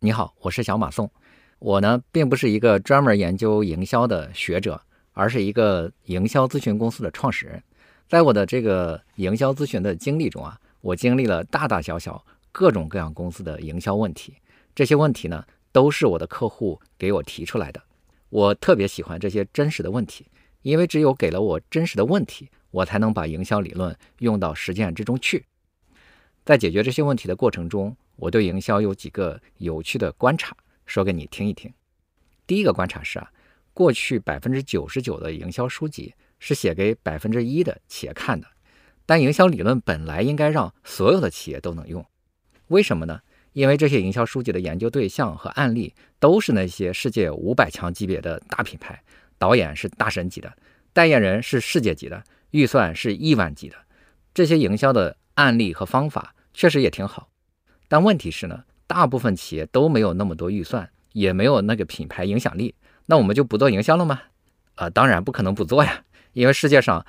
你好，我是小马宋。我呢，并不是一个专门研究营销的学者，而是一个营销咨询公司的创始人。在我的这个营销咨询的经历中啊，我经历了大大小小各种各样公司的营销问题。这些问题呢，都是我的客户给我提出来的。我特别喜欢这些真实的问题，因为只有给了我真实的问题，我才能把营销理论用到实践之中去。在解决这些问题的过程中，我对营销有几个有趣的观察，说给你听一听。第一个观察是过去99%的营销书籍是写给1%的企业看的，但营销理论本来应该让所有的企业都能用。为什么呢？因为这些营销书籍的研究对象和案例都是那些世界500强级别的大品牌，导演是大神级的，代言人是世界级的，预算是亿万级的。这些营销的案例和方法确实也挺好，但问题是呢，大部分企业都没有那么多预算，也没有那个品牌影响力，那我们就不做营销了吗？当然不可能不做呀，因为世界上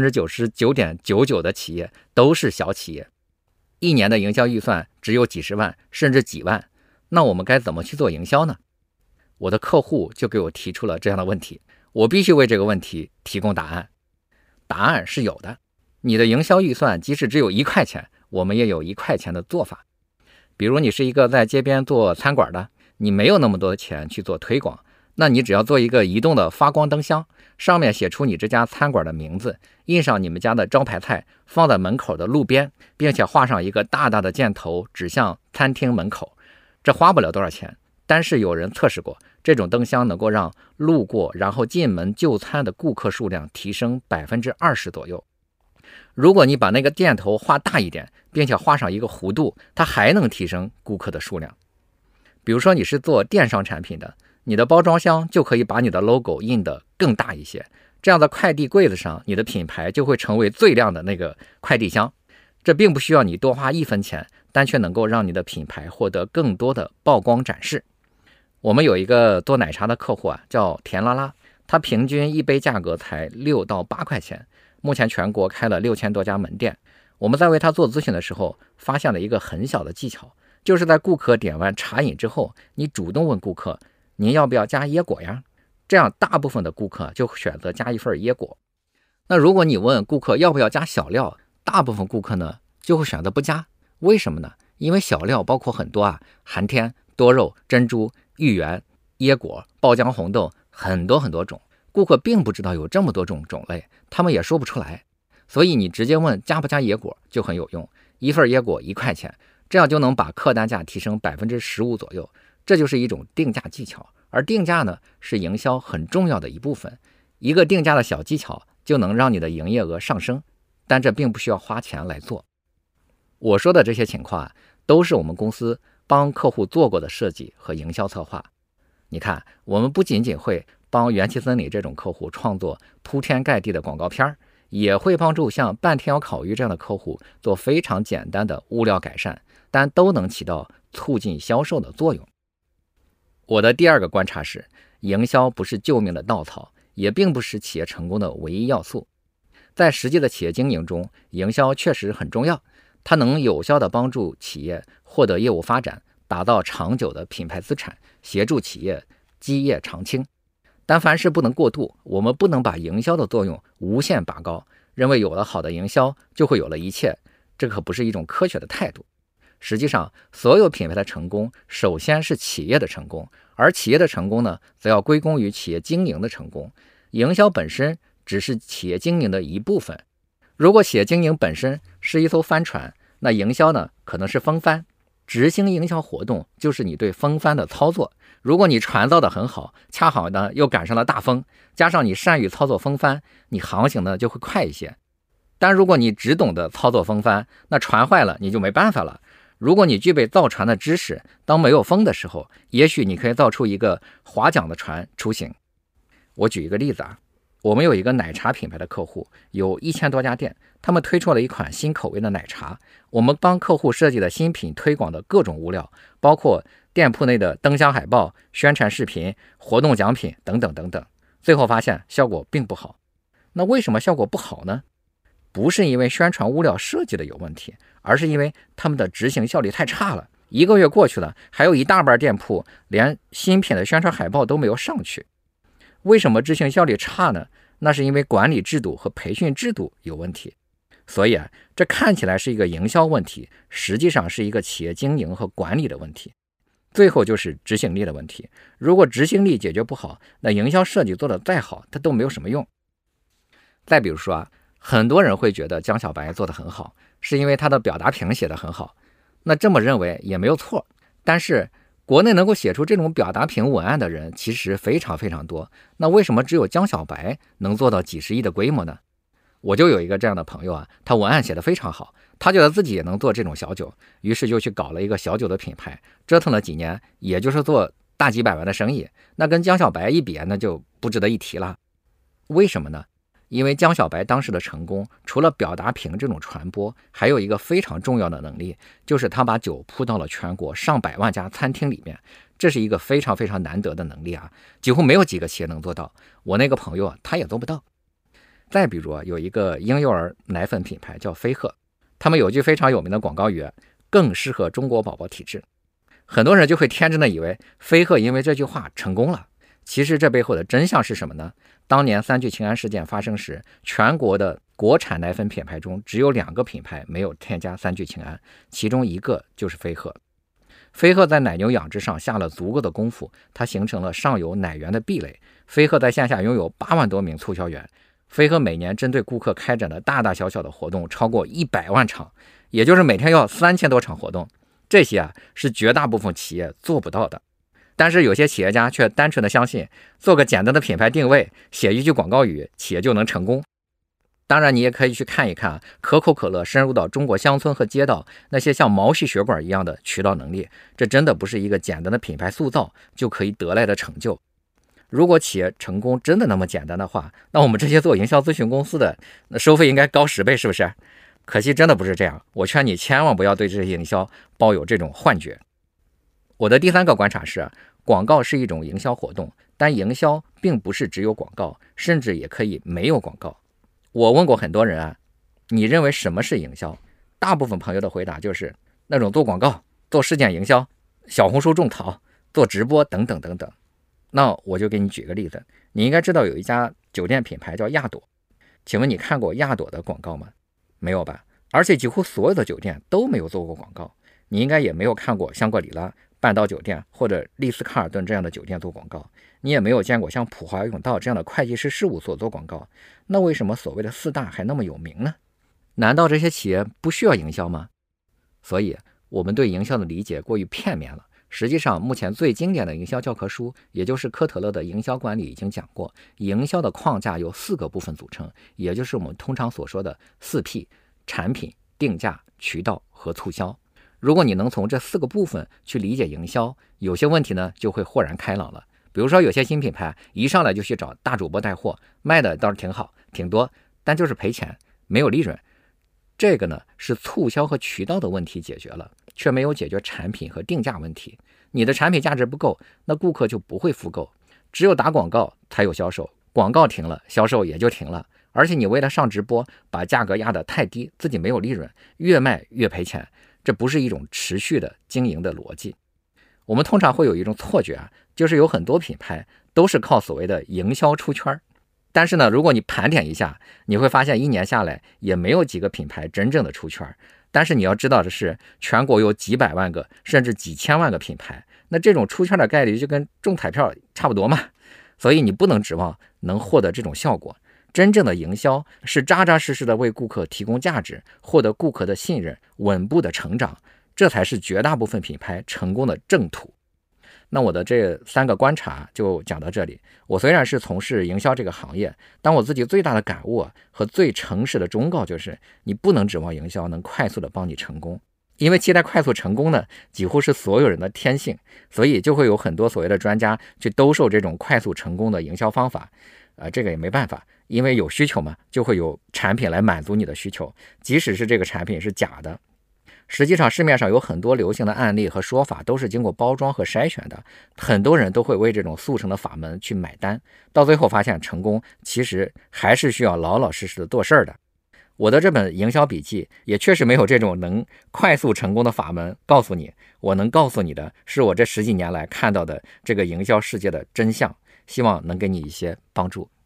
99.99%的企业都是小企业，一年的营销预算只有几十万甚至几万，那我们该怎么去做营销呢？我的客户就给我提出了这样的问题，我必须为这个问题提供答案。答案是有的，你的营销预算即使只有1块钱，我们也有1块钱的做法。比如你是一个在街边做餐馆的，你没有那么多钱去做推广，那你只要做一个移动的发光灯箱，上面写出你这家餐馆的名字，印上你们家的招牌菜，放在门口的路边，并且画上一个大大的箭头指向餐厅门口。这花不了多少钱，但是有人测试过，这种灯箱能够让路过然后进门就餐的顾客数量提升20%左右。如果你把那个箭头画大一点，并且画上一个弧度，它还能提升顾客的数量。比如说你是做电商产品的，你的包装箱就可以把你的 logo 印得更大一些，这样的快递柜子上，你的品牌就会成为最亮的那个快递箱。这并不需要你多花1分钱，但却能够让你的品牌获得更多的曝光展示。我们有一个做奶茶的客户叫田拉拉，他平均一杯价格才6到8块钱，目前全国开了6000多家门店。我们在为他做咨询的时候，发现了一个很小的技巧，就是在顾客点完茶饮之后，你主动问顾客，您要不要加椰果呀？这样大部分的顾客就选择加一份椰果。那如果你问顾客要不要加小料，大部分顾客呢就会选择不加。为什么呢？因为小料包括很多寒天、多肉、珍珠、芋圆、椰果、爆浆红豆，很多种，顾客并不知道有这么多种种类，他们也说不出来。所以你直接问加不加椰果就很有用，一份椰果1块钱，这样就能把客单价提升15%左右。这就是一种定价技巧，而定价呢是营销很重要的一部分。一个定价的小技巧就能让你的营业额上升，但这并不需要花钱来做。我说的这些情况都是我们公司帮客户做过的设计和营销策划。你看，我们不仅仅会帮元气森林这种客户创作铺天盖地的广告片，也会帮助像半天要烤鱼这样的客户做非常简单的物料改善，但都能起到促进销售的作用。我的第二个观察是，营销不是救命的稻草，也并不是企业成功的唯一要素。在实际的企业经营中，营销确实很重要，它能有效地帮助企业获得业务发展，打造长久的品牌资产，协助企业基业长青。但凡事不能过度，我们不能把营销的作用无限拔高，认为有了好的营销就会有了一切，这可不是一种科学的态度。实际上，所有品牌的成功首先是企业的成功，而企业的成功呢，则要归功于企业经营的成功。营销本身只是企业经营的一部分。如果企业经营本身是一艘帆船，那营销呢可能是风帆。执行营销活动就是你对风帆的操作。如果你船造得很好，恰好呢又赶上了大风，加上你善于操作风帆，你航行呢就会快一些。但如果你只懂得操作风帆，那船坏了你就没办法了。如果你具备造船的知识，当没有风的时候，也许你可以造出一个划桨的船出行。我举一个例子我们有一个奶茶品牌的客户，有1000多家店，他们推出了一款新口味的奶茶。我们帮客户设计了新品推广的各种物料，包括店铺内的灯箱海报、宣传视频、活动奖品等等等等。最后发现效果并不好。那为什么效果不好呢？不是因为宣传物料设计的有问题，而是因为他们的执行效率太差了。 1个月过去了，还有一大半店铺连新品的宣传海报都没有上去。为什么执行效率差呢？那是因为管理制度和培训制度有问题。所以这看起来是一个营销问题，实际上是一个企业经营和管理的问题。最后就是执行力的问题。如果执行力解决不好，那营销设计做得再好，它都没有什么用。再比如说很多人会觉得江小白做得很好，是因为他的表达屏写得很好。那这么认为也没有错，但是国内能够写出这种表达屏文案的人其实非常非常多。那为什么只有江小白能做到几十亿的规模呢？我就有一个这样的朋友他文案写得非常好，他觉得自己也能做这种小酒，于是就去搞了一个小酒的品牌，折腾了几年，也就是做大几百万的生意。那跟江小白一比，那就不值得一提了。为什么呢？因为江小白当时的成功，除了表达屏这种传播，还有一个非常重要的能力，就是他把酒铺到了全国上百万家餐厅里面。这是一个非常非常难得的能力几乎没有几个企业能做到。我那个朋友他也做不到。再比如有一个婴幼儿奶粉品牌叫飞鹤，他们有句非常有名的广告语，更适合中国宝宝体质。很多人就会天真的以为飞鹤因为这句话成功了。其实这背后的真相是什么呢？当年3聚氰胺事件发生时，全国的国产奶粉品牌中只有2个品牌没有添加3聚氰胺，其中一个就是飞鹤。飞鹤在奶牛养殖上下了足够的功夫，它形成了上游奶源的壁垒。飞鹤在线下拥有8万多名促销员，飞鹤每年针对顾客开展的大大小小的活动超过100万场，也就是每天要3000多场活动。这些是绝大部分企业做不到的。但是有些企业家却单纯的相信，做个简单的品牌定位，写一句广告语，企业就能成功。当然你也可以去看一看可口可乐深入到中国乡村和街道那些像毛细血管一样的渠道能力，这真的不是一个简单的品牌塑造就可以得来的成就。如果企业成功真的那么简单的话，那我们这些做营销咨询公司的收费应该高10倍，是不是？可惜真的不是这样。我劝你千万不要对这些营销抱有这种幻觉。我的第3个观察是，广告是一种营销活动，但营销并不是只有广告，甚至也可以没有广告。我问过很多人你认为什么是营销？大部分朋友的回答就是那种做广告、做事件营销、小红书种草、做直播等等等等。那我就给你举个例子，你应该知道有一家酒店品牌叫亚朵，请问你看过亚朵的广告吗？没有吧？而且几乎所有的酒店都没有做过广告。你应该也没有看过香格里拉、半岛酒店或者丽思卡尔顿这样的酒店做广告，你也没有见过像普华永道这样的会计师事务所做广告。那为什么所谓的4大还那么有名呢？难道这些企业不需要营销吗？所以我们对营销的理解过于片面了。实际上目前最经典的营销教科书，也就是科特勒的营销管理已经讲过，营销的框架由4个部分组成，也就是我们通常所说的4P： 产品、定价、渠道和促销。如果你能从这4个部分去理解营销，有些问题呢就会豁然开朗了。比如说有些新品牌一上来就去找大主播带货，卖的倒是挺好挺多，但就是赔钱，没有利润。这个呢是促销和渠道的问题解决了，却没有解决产品和定价问题。你的产品价值不够，那顾客就不会复购。只有打广告才有销售，广告停了，销售也就停了。而且你为了上直播，把价格压得太低，自己没有利润，越卖越赔钱，这不是一种持续的经营的逻辑。我们通常会有一种错觉就是有很多品牌都是靠所谓的营销出圈。但是呢，如果你盘点一下，你会发现1年下来也没有几个品牌真正的出圈。但是你要知道的是，全国有几百万个甚至几千万个品牌，那这种出圈的概率就跟中彩票差不多嘛。所以你不能指望能获得这种效果。真正的营销是扎扎实实的为顾客提供价值，获得顾客的信任，稳步的成长，这才是绝大部分品牌成功的正途。那我的这3个观察就讲到这里。我虽然是从事营销这个行业，但我自己最大的感悟和最诚实的忠告就是，你不能指望营销能快速的帮你成功，因为期待快速成功呢，几乎是所有人的天性，所以就会有很多所谓的专家去兜售这种快速成功的营销方法。这个也没办法，因为有需求嘛，就会有产品来满足你的需求，即使是这个产品是假的。实际上市面上有很多流行的案例和说法都是经过包装和筛选的，很多人都会为这种速成的法门去买单，到最后发现成功其实还是需要老老实实的做事儿的。 我的这本营销笔记也确实没有这种能快速成功的法门告诉你，我能告诉你的是我这10几年来看到的这个营销世界的真相，希望能给你一些帮助。